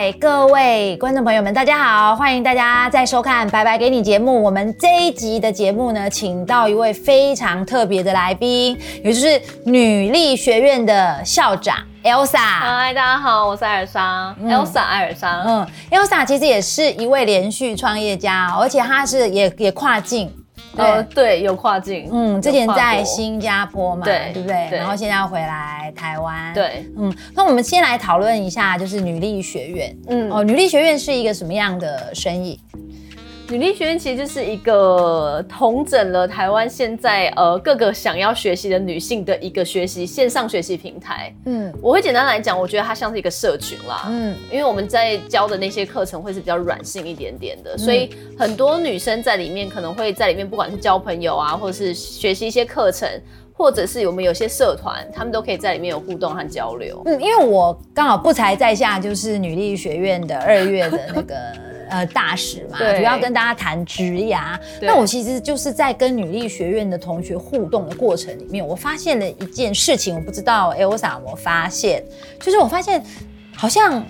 嗨，各位观众朋友们，大家好，欢迎大家再收看《白白给你》节目。我们这一集的节目呢，请到一位非常特别的来宾，也就是女力学院的校长 Elsa。 嗨，大家好，我是艾尔莎，Elsa 艾尔莎。 Elsa 其实也是一位连续创业家，而且她是也跨境。 对，有跨境。 之前在新加坡嘛，对不对？ 对， 然后现在要回来台湾。 对， 那我们先来讨论一下，就是女力学院。女力学院是一个什么样的生意？ 女力学院其实就是一个统整了台湾现在各个想要学习的女性的一个线上学习平台。我会简单来讲，我觉得它像是一个社群啦。因为我们在教的那些课程会是比较软性一点点的，所以很多女生在里面可能会在里面，不管是交朋友啊，或者是学习一些课程，或者是我们有些社团，他们都可以在里面有互动和交流。 因为我刚好不才在下，就是女力学院的2月的那个。大使嘛，主要跟大家谈职涯。那我其实就是在跟女力学院的同学互动的过程里面，我发现了一件事情，我不知道 Elsa 有没有发现，就是我发现好像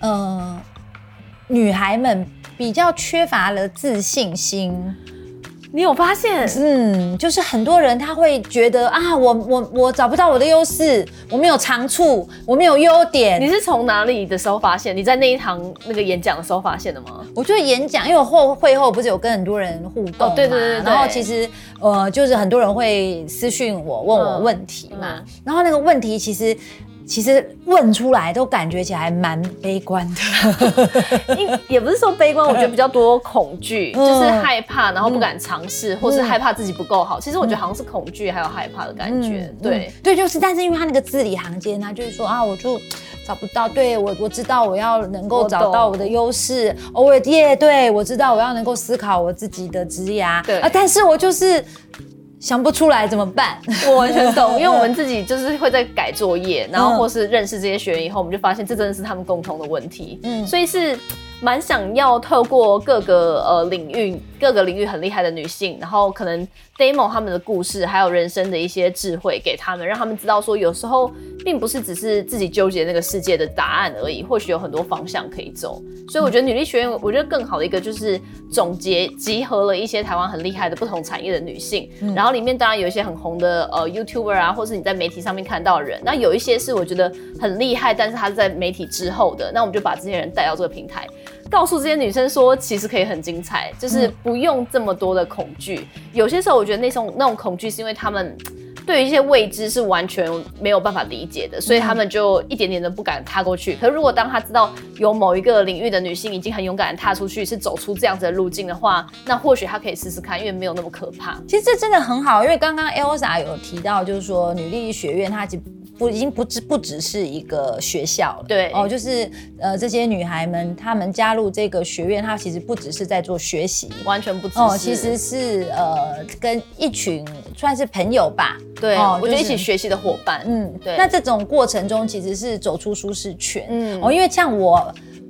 女孩们比较缺乏了自信心。 你有发现？ 就是很多人他会觉得啊，我找不到我的优势，我没有长处，我没有优点。 你是从哪里的时候发现？你在那一堂那个演讲的时候发现的吗？ 我觉得演讲，因为我会后不是有跟很多人互动嘛， 对， 然后其实就是很多人会私讯我问我问题嘛，然后那个问题其实问出来都感觉起来蛮悲观的， 也不是说悲观，我觉得比较多恐惧，就是害怕，然后不敢尝试，或是害怕自己不够好。其实我觉得好像是恐惧还有害怕的感觉。 对，就是，但是因为他那个字里行间呢，就是说啊，我就找不到，对我知道我要能够找到我的优势，对我知道我要能够思考我自己的职涯，但是我就是想不出来怎么办？ 我完全懂，因为我们自己就是会在改作业，然后或是认识这些学员以后，我们就发现这真的是他们共同的问题。所以是蛮想要透过各个领域很厉害的女性，然后可能 demo 他们的故事，还有人生的一些智慧给他们，让他们知道说，有时候并不是只是自己纠结那个世界的答案而已，或许有很多方向可以走。所以我觉得女力学院，我觉得更好的一个就是集合了一些台湾很厉害的不同产业的女性，然后里面当然有一些很红的YouTuber 啊，或是你在媒体上面看到的人，那有一些是我觉得很厉害，但是他是在媒体之后的，那我们就把这些人带到这个平台。告诉这些女生说，其实可以很精彩，就是不用这么多的恐惧。有些时候，我觉得那种恐惧是因为他们对于一些未知是完全没有办法理解的，所以他们就一点点的不敢踏过去。可是如果当他知道有某一个领域的女性已经很勇敢的踏出去，是走出这样子的路径的话，那或许他可以试试看，因为没有那么可怕。 其实这真的很好，因为刚刚 Elsa 有提到，就是说女力学院它已经不只是一个学校了， 对就是这些女孩们她们加入这个学院，她其实不只是在做学习， 完全不只是， 其实是跟一群算是朋友吧， 对，我觉得一起学习的伙伴，对。 那这种过程中其实是走出舒适圈，因为像我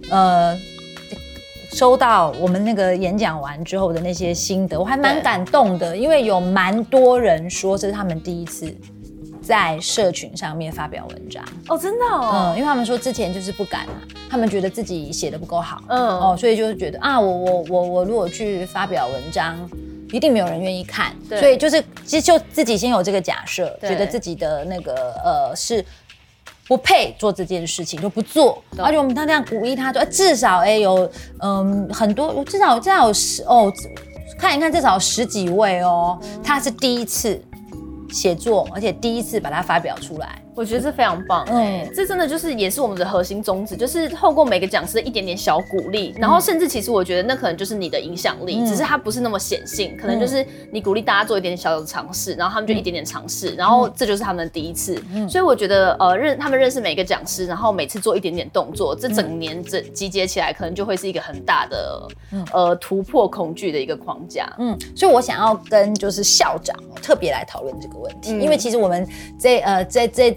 收到我们那个演讲完之后的那些心得，我还蛮感动的，因为有蛮多人说这是他们第一次在社群上面发表文章真的因为他们说之前就是不敢嘛，他们觉得自己写得不够好，所以就是觉得啊，我如果去发表文章，一定没有人愿意看，所以就是其实就自己先有这个假设，觉得自己的那个是不配做这件事情就不做，而且我们他这样鼓励他，说至少有很多，至少有看一看至少10几位他是第一次写作，而且第一次把它发表出来。 我觉得这非常棒，这真的就是也是我们的核心宗旨，就是透过每个讲师的一点点小鼓励，然后甚至其实我觉得那可能就是你的影响力，只是它不是那么显性，可能就是你鼓励大家做一点点小小的尝试，然后他们就一点点尝试，然后这就是他们的第一次。所以我觉得他们认识每一个讲师，然后每次做一点点动作，这整年集结起来，可能就会是一个很大的突破恐惧的一个框架。 所以我想要跟就是校长特别来讨论这个问题，因为其实我们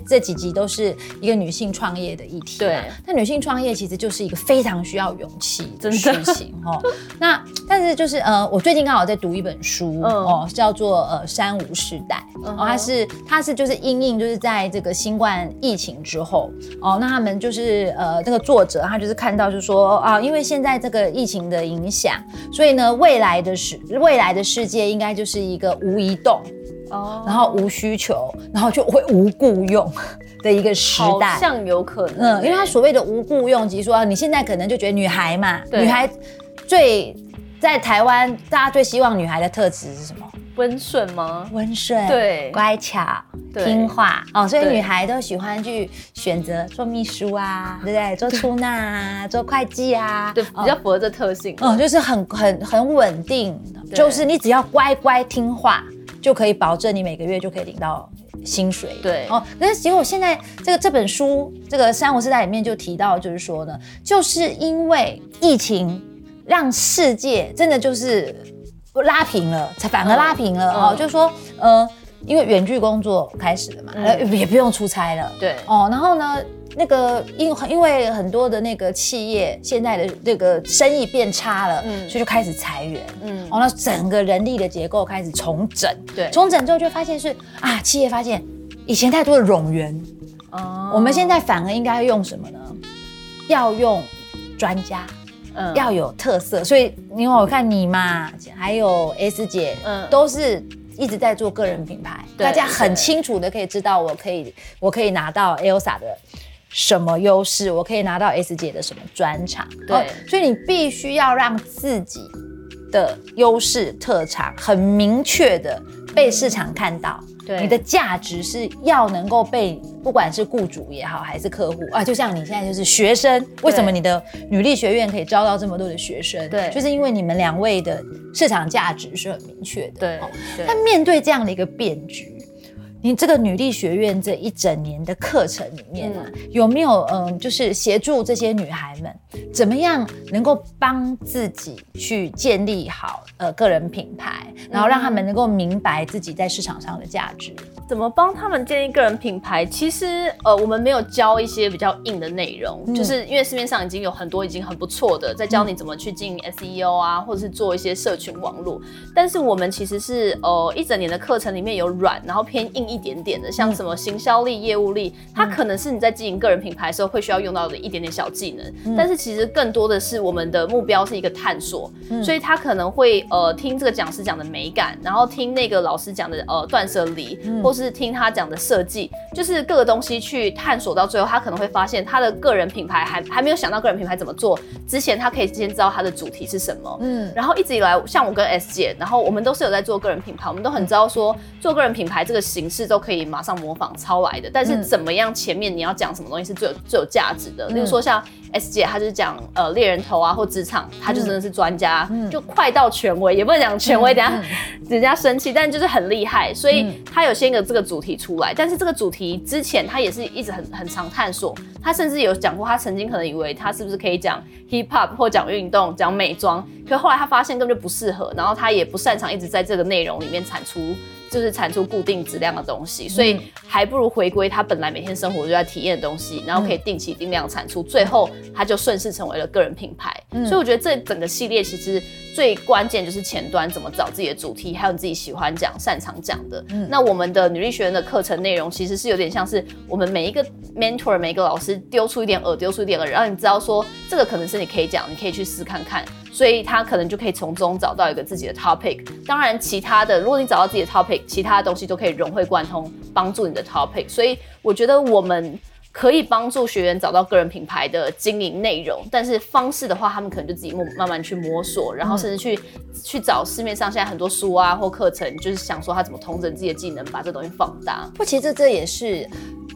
这几集都是一个女性创业的议题。对，那女性创业其实就是一个非常需要勇气的事情哦。那但是就是我最近刚好在读一本书哦，叫做山无世代哦，它是就是因应就是在这个新冠疫情之后哦，那他们就是这个作者他就是看到就是说啊，因为现在这个疫情的影响，所以呢未来的世界应该就是一个无移动然后无需求，然后就会无雇用的一个时代， 好像有可能。 因为他所谓的无雇用，即是说你现在可能就觉得女孩嘛，女孩在台湾大家最希望女孩的特质是什么？ 温顺吗？ 温顺， 对， 乖巧，听话哦，所以女孩都喜欢去选择做秘书啊，对不对？做出纳啊，做会计啊， 对，比较符合这特性。 就是很稳定，就是你只要乖乖听话，就可以保证你每个月就可以领到薪水。 对哦，但是结果现在这本书这个山无世代里面就提到，就是说呢，就是因为疫情让世界真的就是拉平了，反而拉平了就是说因为远距工作开始了嘛，也不用出差了， 对然后呢那个因为很多的那个企业现在的这个生意变差了，所以就开始裁员，那整个人力的结构开始重整，对，重整之后就发现是企业发现以前太多的冗员，我们现在反而应该用什么呢？要用专家。要有特色，所以因为我看你嘛，还有 S 姐，都是一直在做个人品牌，大家很清楚的可以知道我可以拿到 Elsa 的什么优势，我可以拿到 S 姐的什么专长，对，所以你必须要让自己的优势特长很明确的被市场看到。你的价值是要能够被不管是雇主也好还是客户就像你现在就是学生，为什么你的女力学院可以招到这么多的学生？对，就是因为你们两位的市场价值是很明确的。对，但面对这样的一个变局，你这个女力学院这一整年的课程里面有没有就是协助这些女孩们怎么样能够帮自己去建立好个人品牌，然后让他们能够明白自己在市场上的价值？ 怎么帮他们建立个人品牌？其实我们没有教一些比较硬的内容，就是因为市面上已经有很多已经很不错的在教你怎么去经营 SEO 啊，或者是做一些社群网络。但是我们其实是一整年的课程里面有软，然后偏硬一点点的，像什么行销力、业务力，它可能是你在经营个人品牌的时候会需要用到的一点点小技能。但是其实更多的是我们的目标是一个探索，所以他可能会听这个讲师讲的美感，然后听那个老师讲的断舍离，或是听他讲的设计，就是各个东西去探索到最后，他可能会发现他的个人品牌还没有想到个人品牌怎么做之前，他可以先知道他的主题是什么。然后一直以来，像我跟 S 姐，然后我们都是有在做个人品牌，我们都很知道说做个人品牌这个形式都可以马上模仿抄来的，但是怎么样前面你要讲什么东西是最有价值的？例如说像 S 姐，她就是讲猎人头啊或职场，她就真的是专家，就快到权威，也不能讲权威，等下人家生气，但就是很厉害，所以她有先一个这个主题出来，但是这个主题之前她也是一直很常探索，她甚至有讲过，她曾经可能以为她是不是可以讲 hip hop 或讲运动、讲美妆，可是后来她发现根本就不适合，然后她也不擅长一直在这个内容里面产出固定质量的东西，所以还不如回归他本来每天生活就在体验的东西，然后可以定期定量产出，最后他就顺势成为了个人品牌。所以我觉得这整个系列其实最关键就是前端怎么找自己的主题，还有你自己喜欢讲、擅长讲的。那我们的女力学院的课程内容其实是有点像是我们每一个 mentor、每一个老师丢出一点丢出一点让你知道说这个可能是你可以讲，你可以去试看看。所以他可能就可以从中找到一个自己的 topic。当然，其他的如果你找到自己的 topic， 其他的东西都可以融会贯通，帮助你的 topic。所以我觉得我们可以帮助学员找到个人品牌的经营内容，但是方式的话，他们可能就自己慢慢去摸索，然后甚至去找市面上现在很多书啊或课程，就是想说他怎么统整自己的技能，把这东西放大。 不，其实这也是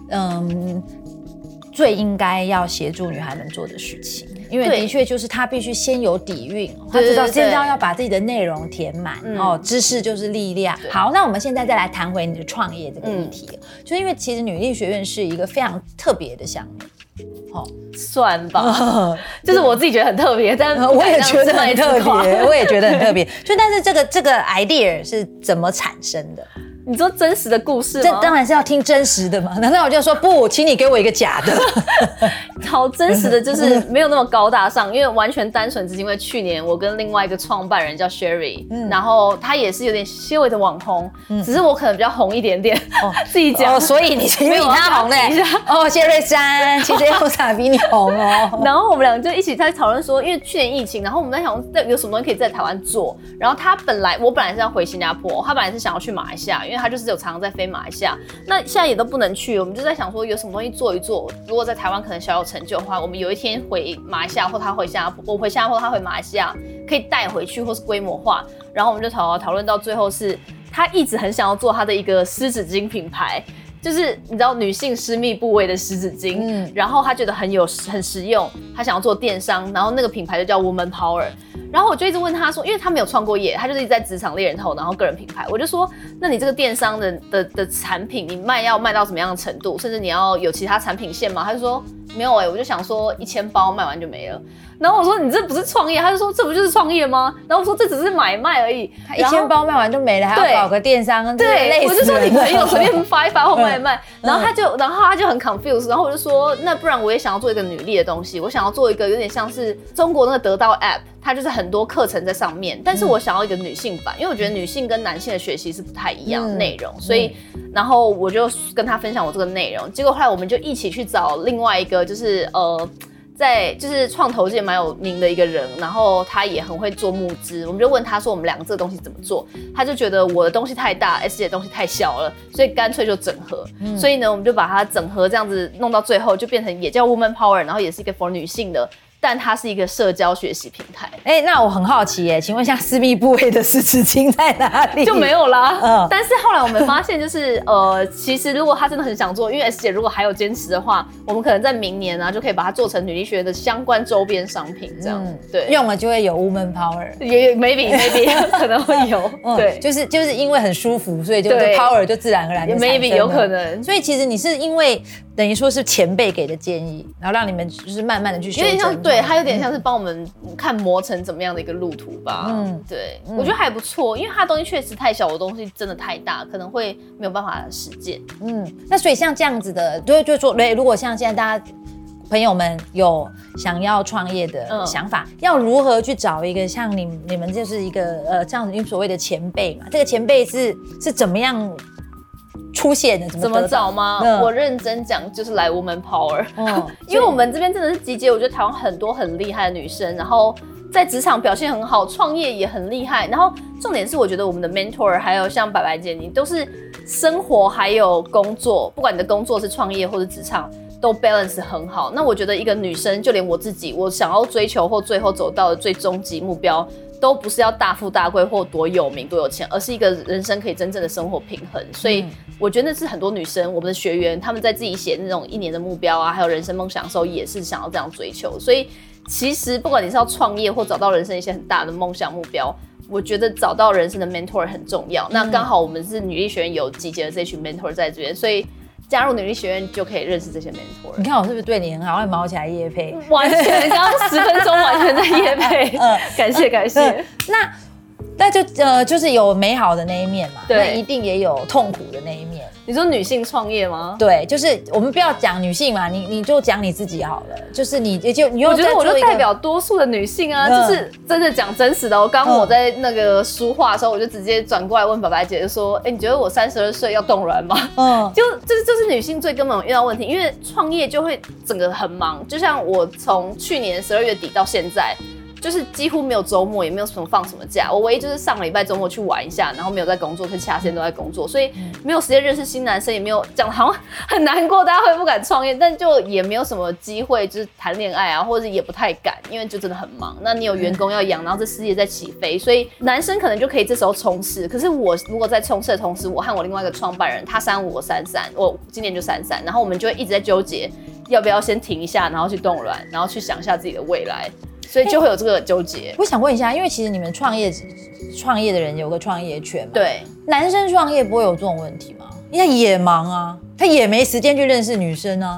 最应该要协助女孩们做的事情。因为的确就是他必须先有底蕴，他知道现在要把自己的内容填满知识就是力量。好，那我们现在再来谈回你的创业这个议题，就因为其实女力学院是一个非常特别的项目， 算吧，就是我自己觉得很特别，但我也觉得很特别，我也觉得很特别。就但是这个 idea 是怎么产生的？ 你说真实的故事吗？ 这当然是要听真实的嘛。难道我就说不，请你给我一个假的？ 好真实的就是没有那么高大上，因为完全单纯只是因为去年我跟另外一个创办人叫 Sherry，然后他也是有点些微的网红，只是我可能比较红一点点，自己讲。 所以你是因为他红嘞？谢瑞珊，其实又傻比你红哦。 然后我们两个就一起在讨论说，因为去年疫情，然后我们在想有什么东西可以在台湾做。然后我本来是要回新加坡，他本来是想要去马来西亚，因为他就是有常常在飞马来西亚。那现在也都不能去，我们就在想说有什么东西做一做。如果在台湾可能小有成就的话，我们有一天回马来西亚，或他回新加坡，我回新加坡，他回马来西亚，可以带回去或是规模化。然后我们就讨论到最后是，他一直很想要做他的一个湿纸巾品牌。就是你知道女性私密部位的湿纸巾，然后他觉得很实用，他想要做电商，然后那个品牌就叫 Woman Power。然后我就一直问他说，因为他没有创过业，他就是一直在职场猎人头，然后个人品牌。我就说，那你这个电商的产品，你要卖到什么样的程度？甚至你要有其他产品线吗？他就说没有我就想说1000包卖完就没了。然后我说你这不是创业？他就说这不就是创业吗？然后我说这只是买卖而已。 他1000包卖完就没了，还要搞个电商， 对，我就说你朋友随便发一发或卖一卖。然后他就很 confused。然后我就说那不然我也想要做一个女力的东西，我想要做一个有点像是中国那个得到 app， 它就是很多课程在上面，但是我想要一个女性版，因为我觉得女性跟男性的学习是不太一样的内容，所以然后我就跟他分享我这个内容。结果后来我们就一起去找另外一个就是在就是创投界蛮有名的一个人，然后他也很会做募资，我们就问他说我们两个这个东西怎么做，他就觉得我的东西太大 ，S 姐的东西太小了，所以干脆就整合。所以呢，我们就把它整合这样子弄到最后，就变成也叫 Woman Power， 然后也是一个 for 女性的。但它是一个社交学习平台。 那我很好奇请问一下私密部位的湿纸巾在哪里？ 就没有啦。但是后来我们发现，就是其实如果他真的很想做，因为 S 姐如果还有坚持的话，我们可能在明年就可以把它做成女力学院的相关周边商品，这样。对， 用了就会有 Woman Power， 也 maybe 可能会有。对， 就是因为很舒服，所以就 Power 就自然而然就产生了。 maybe 有可能。 所以其实你是因为等于说是前辈给的建议，然后让你们就是慢慢的去修正。 对，它有点像是帮我们看磨成怎么样的一个路途吧。对，我觉得还不错，因为它的东西确实太小，我的东西真的太大，可能会没有办法实践。 那所以像这样子的，就说，如果像现在大家朋友们有想要创业的想法，要如何去找一个像你们就是一个这样子所谓的前辈嘛？这个前辈是怎么样出现的？ 怎么找吗？我认真讲，就是来 Woman Power。因为我们这边真的是集结，我觉得台湾很多很厉害的女生，然后在职场表现很好，创业也很厉害。然后重点是，我觉得我们的 mentor 还有像白白姐，你都是生活还有工作，不管你的工作是创业或者职场，都 balance 很好。那我觉得一个女生，就连我自己，我想要追求或最后走到的最终极目标，都不是要大富大贵或多有名多有钱，而是一个人生可以真正的生活平衡。所以我觉得那是很多女生，我们的学员他们在自己写那种1年的目标还有人生梦想的时候，也是想要这样追求。所以其实不管你是要创业或找到人生一些很大的梦想目标，我觉得找到人生的 mentor 很重要。那刚好我们是女力学院有集结了这群 mentor 在这边，所以加入女力学院就可以认识这些 mentor。 你看我是不是对你很好，会毛起来业配？ 完全，刚刚10分钟完全在业配。感谢。 那就是有美好的那一面嘛，那一定也有痛苦的那一面。 你说女性创业吗？ 对，就是我们不要讲女性嘛，你就讲你自己好了。就是你我觉得我就代表多数的女性啊，就是真的讲真实的。刚刚我在那个书画的时候，我就直接转过来问白白姐，就说：“你觉得我32岁要冻卵吗？”就是女性最根本遇到问题，因为创业就会整个很忙。就像我从去年12月底到现在，就是几乎没有周末，也没有什么放什么假。我唯一就是上个礼拜周末去玩一下，然后没有在工作，可是其他时间都在工作，所以没有时间认识新男生，也没有讲好像很难过，大家会不敢创业，但就也没有什么机会，就是谈恋爱或者也不太敢，因为就真的很忙。那你有员工要养，然后这事业在起飞，所以男生可能就可以这时候冲刺。可是我如果在冲刺的同时，我和我另外一个创办人，他35，我33，我今年就33，然后我们就会一直在纠结要不要先停一下，然后去冻卵，然后去想一下自己的未来。所以就会有这个纠结。 我想问一下，因为其实你们创业的人有个创业圈嘛， 对， 男生创业不会有这种问题吗？因为他也忙啊，他也没时间去认识女生啊。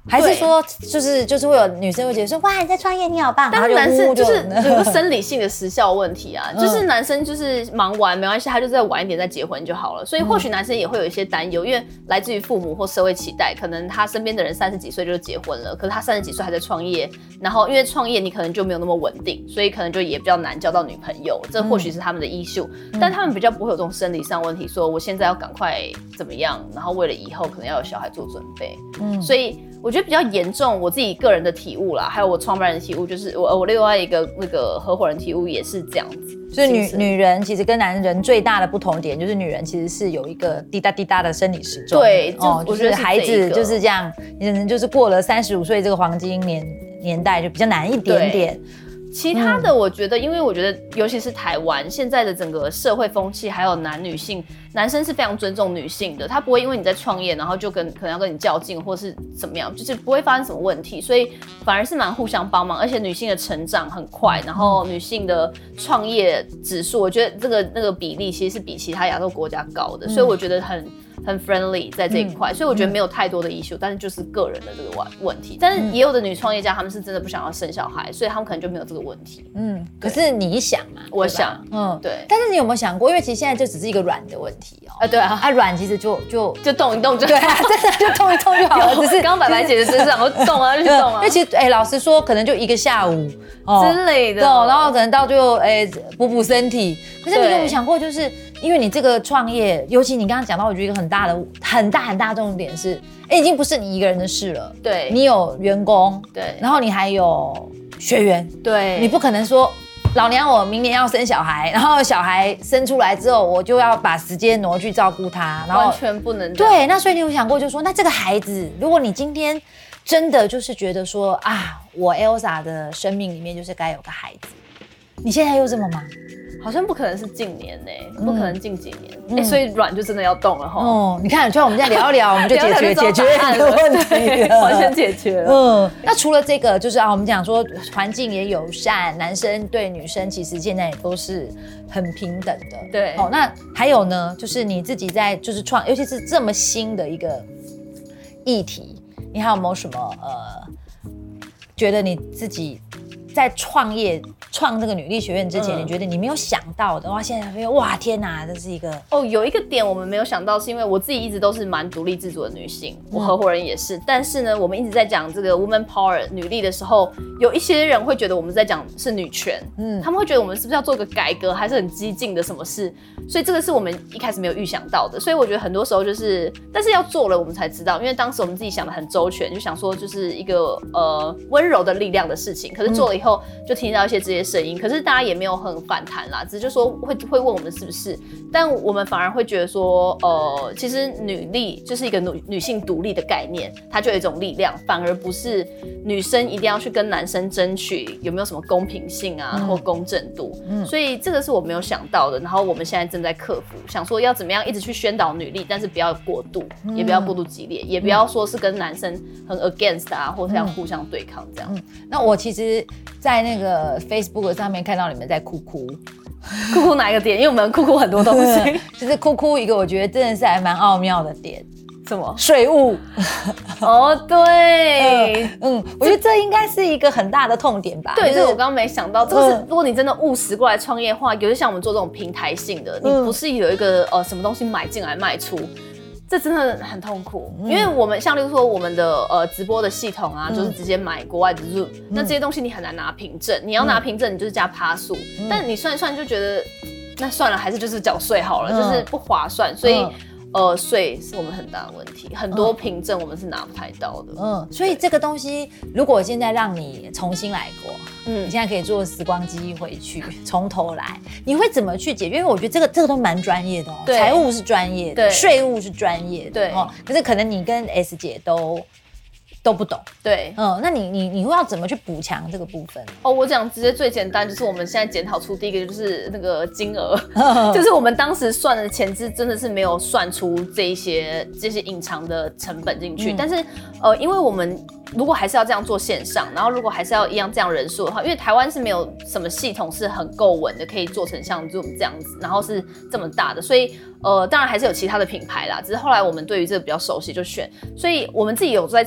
还是说就是会有女生会觉得说哇你在创业你好棒， 但是男生就是有个生理性的时效问题啊，就是男生就是忙完没关系，他就再晚一点再结婚就好了。所以或许男生也会有一些担忧，因为来自于父母或社会期待，可能他身边的人30几岁就结婚了，可是他30几岁还在创业，然后因为创业你可能就没有那么稳定，所以可能就也比较难交到女朋友，这或许是他们的issue，但他们比较不会有这种生理上问题，说我现在要赶快怎么样，然后为了以后可能要有小孩做准备。所以我觉得比较严重，我自己个人的体悟啦，还有我创办人的体悟，就是我另外一个那个合伙人体悟也是这样子。 所以女人其实跟男人最大的不同点，就是女人其实是有一个滴答滴答的生理时钟。 对，我觉得孩子就是这样，可能就是过了35岁这个黄金年代就比较难一点点。 其他的我觉得，因为我觉得尤其是台湾现在的整个社会风气，还有女性，男生是非常尊重女性的，他不会因为你在创业，然后就可能要跟你较劲，或是怎么样，就是不会发生什么问题，所以反而是蛮互相帮忙，而且女性的成长很快，然后女性的创业指数，我觉得那个比例其实是比其他亚洲国家高的，所以我觉得很 friendly 在这一块，所以我觉得没有太多的 issue，但是就是个人的这个问题。但是也有的女创业家，他们是真的不想要生小孩，所以他们可能就没有这个问题。 可是你想嘛， 我想，对。 但是你有没有想过，因为其实现在就只是一个软的问题哦。 对啊， 软其实就动一动就对啊，真的就动一动就好了。只是刚刚白白姐姐身上我动啊就去动啊， 因为其实老实说，可能就一个下午之类的， 然后可能到最后补身体。可是你有没有想过，就是因为你这个创业，尤其你刚刚讲到，我觉得一个很大重点是，已经不是你一个人的事了。 对， 你有员工， 对， 然后你还有学员， 对， 你不可能说老娘我明年要生小孩，然后小孩生出来之后，我就要把时间挪去照顾他，然后完全不能。 对，那所以你有想过，就是说，那这个孩子，如果你今天真的就是觉得说啊，我 Elsa 的生命里面就是该有个孩子，你现在又这么忙。 好像不可能是近年不可能近几年所以软就真的要动了齁。 你看，就像我们现在聊一聊，我们就解决这个问题了， 完全解决了。 那除了这个，就是我们讲说环境也友善，男生对女生其实现在也都是很平等的。 对， 那还有呢，就是你自己在就是尤其是这么新的一个议题，你还有没有什么觉得你自己在创这个女力学院之前，你觉得你没有想到的话，现在会哇天哪，这是一个有一个点我们没有想到，是因为我自己一直都是蛮独立自主的女性，我合伙人也是，但是呢，我们一直在讲这个 woman power 女力的时候，有一些人会觉得我们在讲是女权，他们会觉得我们是不是要做个改革，还是很激进的什么事，所以这个是我们一开始没有预想到的，所以我觉得很多时候就是，但是要做了我们才知道，因为当时我们自己想的很周全，就想说就是一个温柔的力量的事情，可是做了以后就听到一些这些声音，可是大家也没有很反弹啦，只是就说会问我们是不是，但我们反而会觉得说，其实女力就是一个女性独立的概念，它就有一种力量，反而不是女生一定要去跟男生争取有没有什么公平性啊或公正度，所以这个是我没有想到的。然后我们现在正在克服，想说要怎么样一直去宣导女力，但是不要过度，也不要过度激烈，也不要说是跟男生很 against 啊，或者要互相对抗这样。 那我其实，在那个 Facebook 上面看到你们在哭哪一个点？因为我们哭很多东西， 就是哭一个我觉得真的是还蛮奥妙的点。 什么？ 税务。 对， 我觉得这应该是一个很大的痛点吧。 对，这个我刚刚没想到。这个是如果你真的务实过来创业的话，有些像我们做这种平台性的，你不是有一个什么东西买进来卖出。这真的很痛苦，因为我们像例如说我们的直播的系统啊，就是直接买国外的 Zoom，那这些东西你很难拿凭证，你要拿凭证，你就是加趴数，但你算一算就觉得那算了，还是就是缴税好了，就是不划算，所以税是我们很大的问题，很多凭证我们是拿不太到的。 所以这个东西，如果现在让你重新来过，你现在可以坐时光机回去，从头来，你会怎么去解决？因为我觉得这个都蛮专业的哦，财务是专业的，税务是专业的， 对， 可是可能你跟 S 姐都不懂， 对， 那你会要怎么去补强这个部分？ 我讲直接最简单，就是我们现在检讨出第一个就是那个金额，就是我们当时算的前置真的是没有算出这些隐藏的成本进去，但是因为我们如果还是要这样做线上，然后如果还是要一样这样人数的话，因为台湾是没有什么系统是很够稳的，可以做成像 Zoom 这样子，然后是这么大的，所以当然还是有其他的品牌啦，只是后来我们对于这个比较熟悉就选，所以我们自己有在重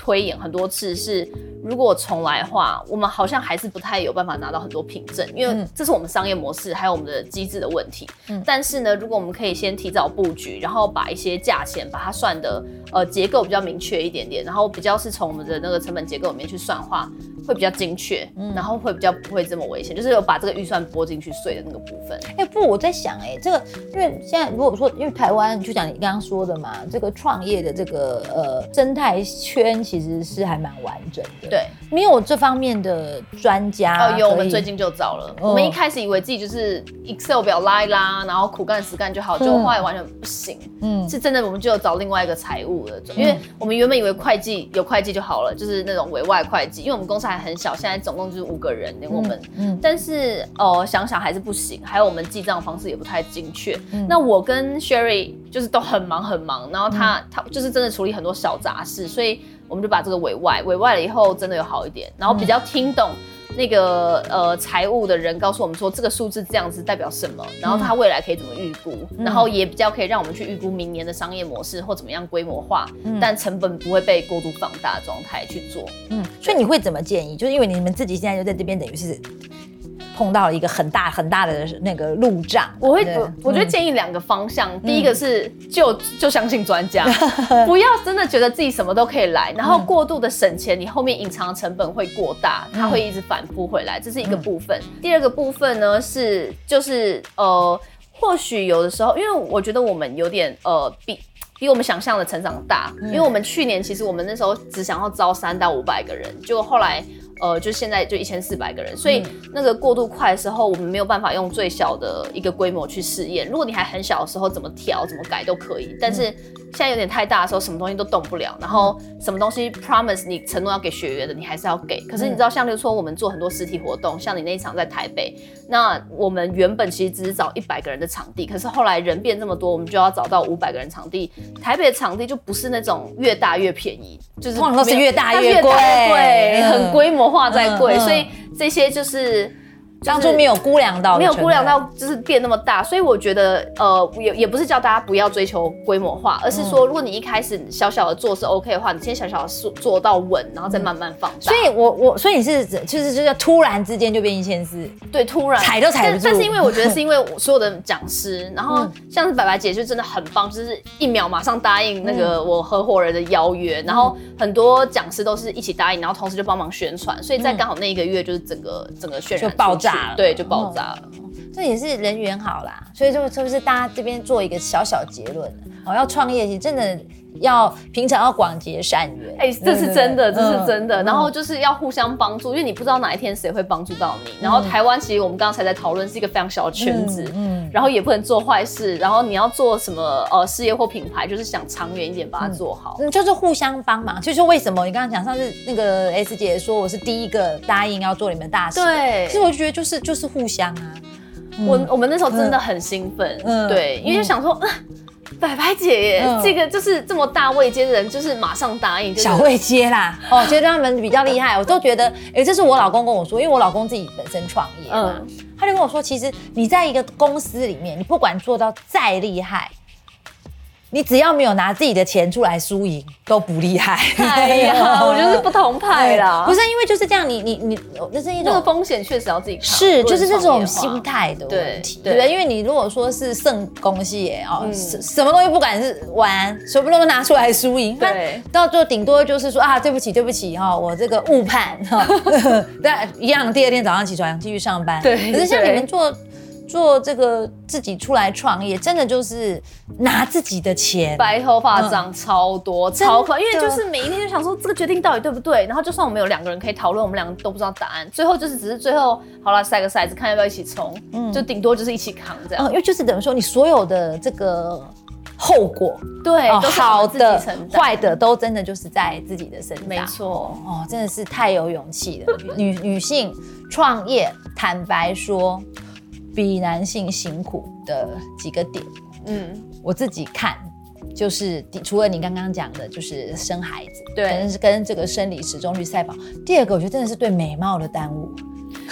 推演很多次是，如果重来的话，我们好像还是不太有办法拿到很多凭证，因为这是我们商业模式还有我们的机制的问题。但是呢，如果我们可以先提早布局，然后把一些价钱把它算的结构比较明确一点点，然后比较是从我们的那个成本结构里面去算化，会比较精确，然后会比较不会这么危险，就是有把这个预算拨进去税的那个部分。 不，我在想，这个因为现在如果说，因为台湾就讲你刚刚说的嘛，这个创业的这个生态圈其实是还蛮完整的。 对， 没有这方面的专家。 有，我们最近就找了。我们一开始以为自己就是 Excel 表拉一拉，然后苦干实干就好，结果后来完全不行。是真的，我们就有找另外一个财务的，因为我们原本以为会计有会计就好了，就是那种委外会计，因为我们公司还很小，现在总共就是5个人，连我们。但是想想还是不行，还有我们记账方式也不太精确。那我跟 Sherry 就是都很忙，然后他就是真的处理很多小杂事，所以我们就把这个委外了以后，真的有好一点，然后比较听懂那个财务的人告诉我们说这个数字这样子代表什么，然后他未来可以怎么预估，然后也比较可以让我们去预估明年的商业模式或怎么样规模化，但成本不会被过度放大的状态去做。 所以你会怎么建议？就是因为你们自己现在就在这边，等于是碰到了一个很大的那个路障。我觉得建议2个方向，第一个是就相信专家，不要真的觉得自己什么都可以来，然后过度的省钱，你后面隐藏的成本会过大，它会一直反扑回来，这是一个部分。第2个部分呢就是或许有的时候，因为我觉得我们有点比我们想象的成长大，因为我们去年其实我们那时候只想要招300到500个人，结果后来就现在就1400个人，所以那个过渡快的时候，我们没有办法用最小的一个规模去试验。如果你还很小的时候，怎么调怎么改都可以，但是现在有点太大的时候，什么东西都动不了，然后什么东西 promise 你承诺要给学员的，你还是要给。可是你知道，像例如说我们做很多实体活动，像你那一场在台北，那我们原本其实只是找100个人的场地，可是后来人变这么多，我们就要找到500个人场地。台北的场地就不是那种越大越便宜，就是通常都是越大越贵， 很规模化在贵，所以这些就是当初没有估量到， 就是变那么大，所以我觉得也不是叫大家不要追求规模化，而是说如果你一开始小小的做是 OK 的话，你先小小的做到稳，然后再慢慢放大。 所以你是就是突然之间就变1400， 对，突然踩都踩不住。 但是因为我觉得是因为我所有的讲师，然后像是白白姐就真的很棒，就是1秒马上答应那个我合伙人的邀约，然后很多讲师都是一起答应，然后同时就帮忙宣传，所以在刚好那1个月就是整个渲染就爆炸。 对，就爆炸了。 这也是人缘好啦，所以就是大家这边做一个小小结论要创业，其实真的平常要广结善缘。 这是真的，这是真的。然后就是要互相帮助，因为你不知道哪一天谁会帮助到你。然后台湾其实我们刚刚才在讨论是一个非常小的圈子，然后也不能做坏事。然后你要做什么事业或品牌，就是想长远一点把它做好。 就是互相帮忙。就是为什么你刚刚讲上次那个 S 姐说我是第一个答应要做你们大事， 对， 其实我觉得就是互相啊。 我们那时候真的很兴奋，对，因为就想说，白白姐耶，这个就是这么大位阶的人，就是马上答应， 小位阶啦，觉得他们比较厉害，我都觉得，这是我老公跟我说，因为我老公自己本身创业嘛，他就跟我说，其实你在一个公司里面，你不管做到再厉害，你只要没有拿自己的钱出来输赢，都不厉害。 哎呀，我觉得是不同派啦。 不是因为就是这样，你那是一种风险，确实要自己扛。 是，就是这种心态的问题， 对不对？因为你如果说是圣公系耶什么东西不敢是玩，什么都拿出来输赢， 对， 到最后顶多就是说对不起我这个误判但一样第2天早上起床继续上班。 对， 可是像你们做这个自己出来创业，真的就是拿自己的钱， 白头发长超多，超快，因为就是每一天就想说这个决定到底对不对，然后就算我们有2个人可以讨论，我们2个都不知道答案，最后只是最后好了塞个骰子看要不要一起冲，就顶多就是一起扛这样， 因为就是等于说你所有的这个后果， 对， 好的坏的都真的就是在自己的身上， 没错， 真的是太有勇气了。女性创业，坦白说，比男性辛苦的几个点，我自己看就是除了你刚刚讲的，就是生孩子， 对， 跟这个生理时钟去赛跑。第2个，我觉得真的是对美貌的耽误。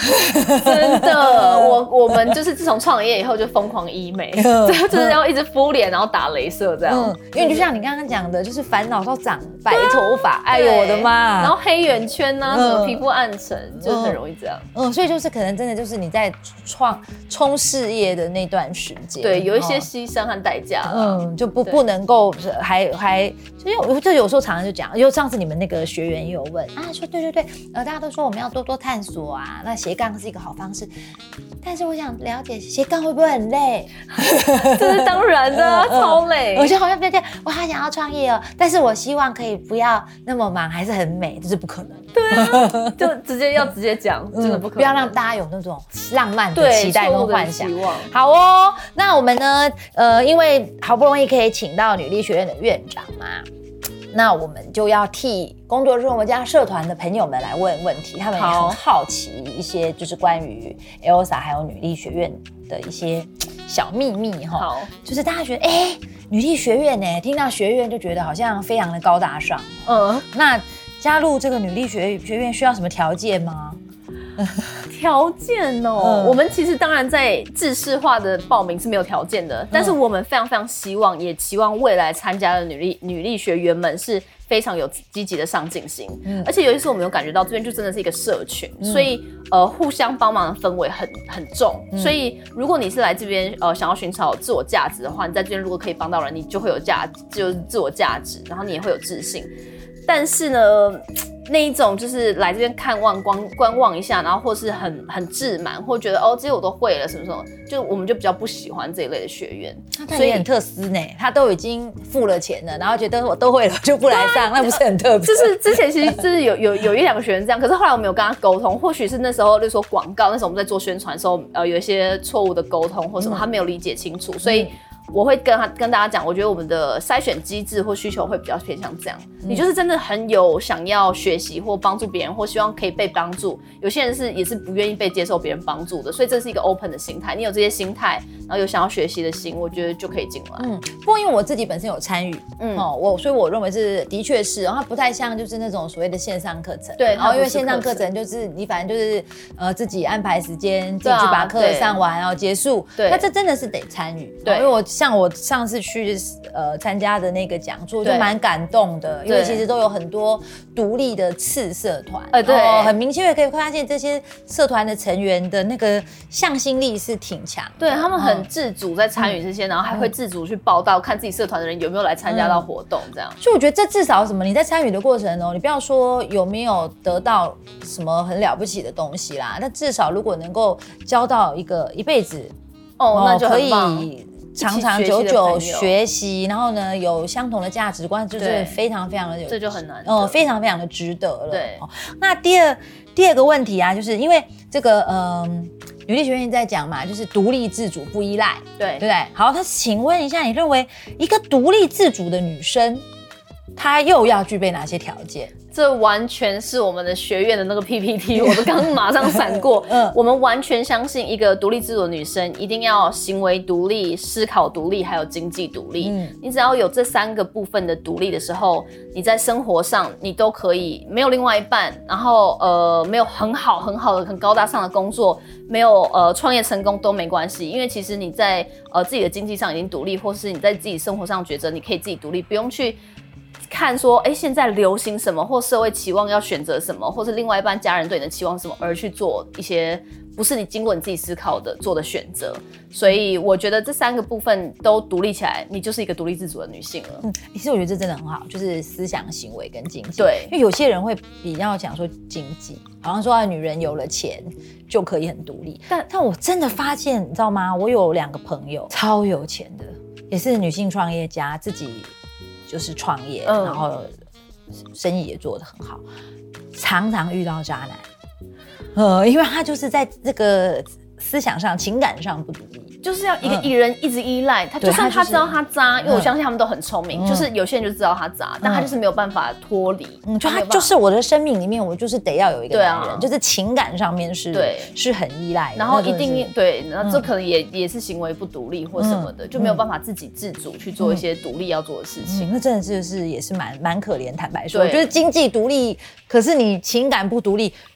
真的，我们就是自从创业以后就疯狂医美，就是要一直敷脸，然后打雷射这样。 因为就像你刚刚讲的，就是烦恼到长白头发，哎呦我的妈！ 然后黑眼圈啊，什么皮肤暗沉，就很容易这样。 所以就是可能真的就是你在冲事业的那段时间， 对，有一些牺牲和代价， 就不能够还，就有时候常常就讲，因为上次你们那个学员也有问啊，说对，大家都说我们要多多探索啊，那斜杠是一个好方式，但是我想了解斜杠会不会很累？ 这是当然的，超累。 我觉得好像不要这样，我好想要创业哦，但是我希望可以不要那么忙，还是很美，这是不可能。 对啊，就直接讲，真的不可能。 不要让大家有那种浪漫的期待跟幻想。好哦，那我们呢？因为好不容易可以请到女力学院的院长嘛，那我们就要替工作日我们家社团的朋友们来问问题，他们也很好奇一些就是关于 Elsa 还有女力学院的一些小秘密哈。就是大家觉得女力学院呢，听到学院就觉得好像非常的高大上。那加入这个女力学院需要什么条件吗？ 条件哦，我们其实当然在制式化的报名是没有条件的，但是我们非常非常希望，也期望未来参加的女力学员们是非常有积极的上进心，而且尤其是我们有感觉到这边就真的是一个社群，所以互相帮忙的氛围很重，所以如果你是来这边想要寻找自我价值的话，你在这边如果可以帮到人，你就会有就是自我价值，然后你也会有自信。但是呢，那一种就是来这边观望一下，然后或是很自满，或觉得这些我都会了什么什么，就我们就比较不喜欢这一类的学员。 他也很特殊呢，他都已经付了钱了，然后觉得我都会了就不来上，那不是很特别？ 就是之前其实就是有一两个学员这样，可是后来我们有跟他沟通，或许是那时候就说广告，那时候我们在做宣传的时候，有一些错误的沟通或什么，他没有理解清楚，所以。我会跟大家讲，我觉得我们的筛选机制或需求会比较偏向这样。你就是真的很有想要学习或帮助别人，或希望可以被帮助。有些人也是不愿意被接受别人帮助的，所以这是一个 open 的心态。你有这些心态，然后有想要学习的心，我觉得就可以进来。 不过因为我自己本身有参与，所以我认为的确是，然后它不太像就是那种所谓的线上课程。对，然后因为线上课程就是你反正就是自己安排时间，自己去把课上完，然后结束。对，那这真的是得参与。对，因为像我上次去参加的那个讲座就蛮感动的，因为其实都有很多独立的次社团，对，很明确的可以发现这些社团的成员的那个向心力是挺强的， 对他们很自主在参与这些，然后还会自主去报道，看自己社团的人有没有来参加到活动，这样。 所以我觉得这至少什么，你在参与的过程你不要说有没有得到什么很了不起的东西啦，那至少如果能够交到一辈子那就可以。长长久久学习，然后呢有相同的价值观，就是非常非常的有， 这就很难， 非常非常的值得了。 对， 那第二个问题啊，就是因为这个女力学院在讲嘛，就是独立自主不依赖，对不对？好，那请问一下，你认为一个独立自主的女生，她又要具备哪些条件？ 这完全是我们的学院的那个 PPT， 我都刚马上闪过。我们完全相信一个独立自主的女生一定要行为独立、思考独立，还有经济独立。你只要有这3个部分的独立的时候，你在生活上你都可以没有另外一半，然后没有很好的很高大上的工作，没有创业成功都没关系，因为其实你在自己的经济上已经独立，或是你在自己生活上觉得你可以自己独立，不用去。看说，现在流行什么，或社会期望要选择什么，或是另外一半家人对你的期望什么，而去做一些不是你经过你自己思考的做的选择。所以我觉得这3个部分都独立起来，你就是一个独立自主的女性了。 其实我觉得这真的很好，就是思想、行为跟经济。 对， 因为有些人会比较讲说经济，好像说女人有了钱就可以很独立。但我真的发现，你知道吗？我有2个朋友超有钱的，也是女性创业家，自己。就是创业，然后生意也做得很好，常常遇到渣男，因为他就是在这个思想上、情感上不独立， 就是要一个人一直依赖他，就算他知道他渣，因为我相信他们都很聪明，就是有些人就知道他渣，但他就是没有办法脱离， 他就是我的生命里面，我就是得要有一个男人，就是情感上面是很依赖的， 然后一定对，然后这可能也是行为不独立或什么的，就没有办法自己自主去做一些独立要做的事情， 那真的是也是蛮可怜，坦白说，我觉得经济独立，可是你情感不独立。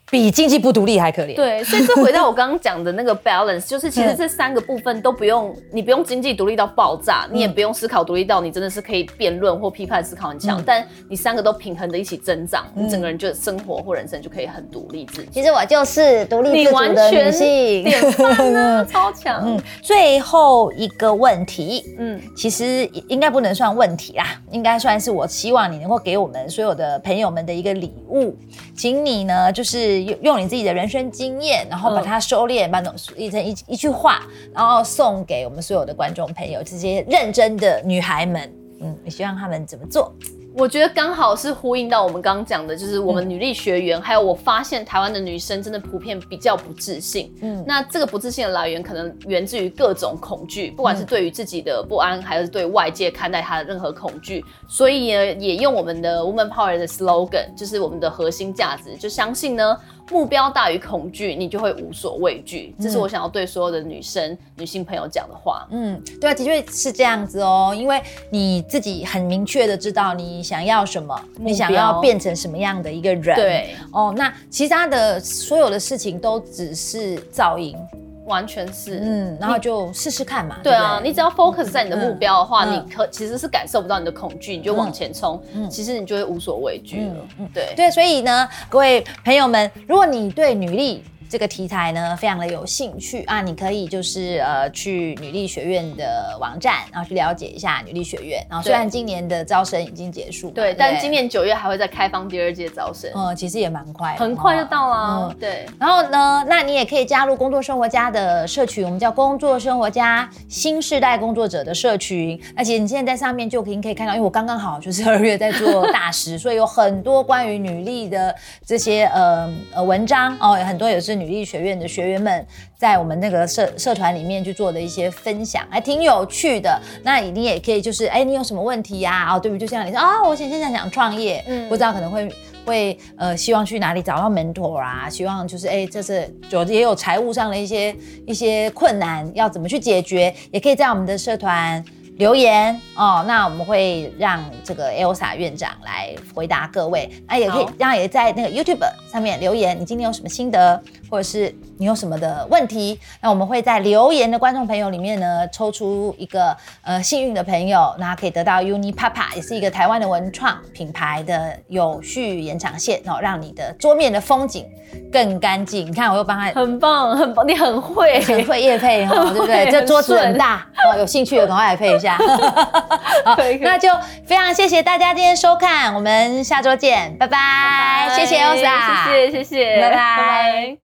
比经济不独立还可怜。 对，所以这回到我刚刚讲的那个 balance， 就是其实这3个部分都不用，你不用经济独立到爆炸，你也不用思考独立到你真的是可以辩论或批判思考很强，但你3个都平衡的一起增长，你整个人就生活或人生就可以很独立自己。 其实我就是独立自主的女性， 典范啊，超强。 最后一个问题，其实应该不能算问题啦，应该算是我希望你能够给我们所有的朋友们的一个礼物，请你呢就是用你自己的人生经验，然后把它收敛，把它译成一句话，然后送给我们所有的观众朋友，这些认真的女孩们。你希望他们怎么做？ 我觉得刚好是呼应到我们刚刚讲的，就是我们女力学员，还有我发现台湾的女生真的普遍比较不自信。那这个不自信的来源可能源自于各种恐惧，不管是对于自己的不安，还是对外界看待她的任何恐惧。所以呢，也用我们的 Woman Power 的 slogan， 就是我们的核心价值，就相信呢，目标大于恐惧，你就会无所畏惧。这是我想要对所有的女性朋友讲的话。 对啊，的确是这样子哦，因为你自己很明确的知道你想要什么，你想要变成什么样的一个人。 对哦，那其他的所有的事情都只是噪音。 完全是， 然后就试试看嘛。 对啊，你只要 focus 在你的目标的话，你其实是感受不到你的恐惧，你就往前冲，其实你就会无所畏惧了。 对，所以呢，各位朋友们，如果你对女力这个题材呢非常的有兴趣啊，你可以就是去女力学院的网站，然后去了解一下女力学院。然后虽然今年的招生已经结束， 对，但今年9月还会再开放第2届招生。 其实也蛮快的， 很快就到了。对， 然后呢，那你也可以加入工作生活家的社群，我们叫工作生活家新世代工作者的社群。那其实你现在在上面就可以看到，因为我刚刚好就是2月在做大使，所以有很多关于女力的这些文章哦，很多也是女力学院的学员们在我们那个社团里面去做的一些分享，还挺有趣的。那你也可以就是你有什么问题呀？对不对？就像你说我现在想创业，不知道可能会希望去哪里找到 mentor 啊？希望就是这是也有财务上的一些困难，要怎么去解决？也可以在我们的社团留言那我们会让这个 Elsa 院长来回答各位。那也可以让也在那个 YouTube 上面留言，你今天有什么心得，或者是你有什么的问题，那我们会在留言的观众朋友里面呢抽出一个幸运的朋友，那可以得到 Unipapa， 也是一个台湾的文创品牌的有序延长线让你的桌面的风景更干净。你看我又帮他， 很棒，你很会业配对不对？这桌子很大有兴趣的赶快来配一下。好，那就非常谢谢大家今天收看，我们下周见，拜拜。谢谢 Elsa， 谢谢，拜拜。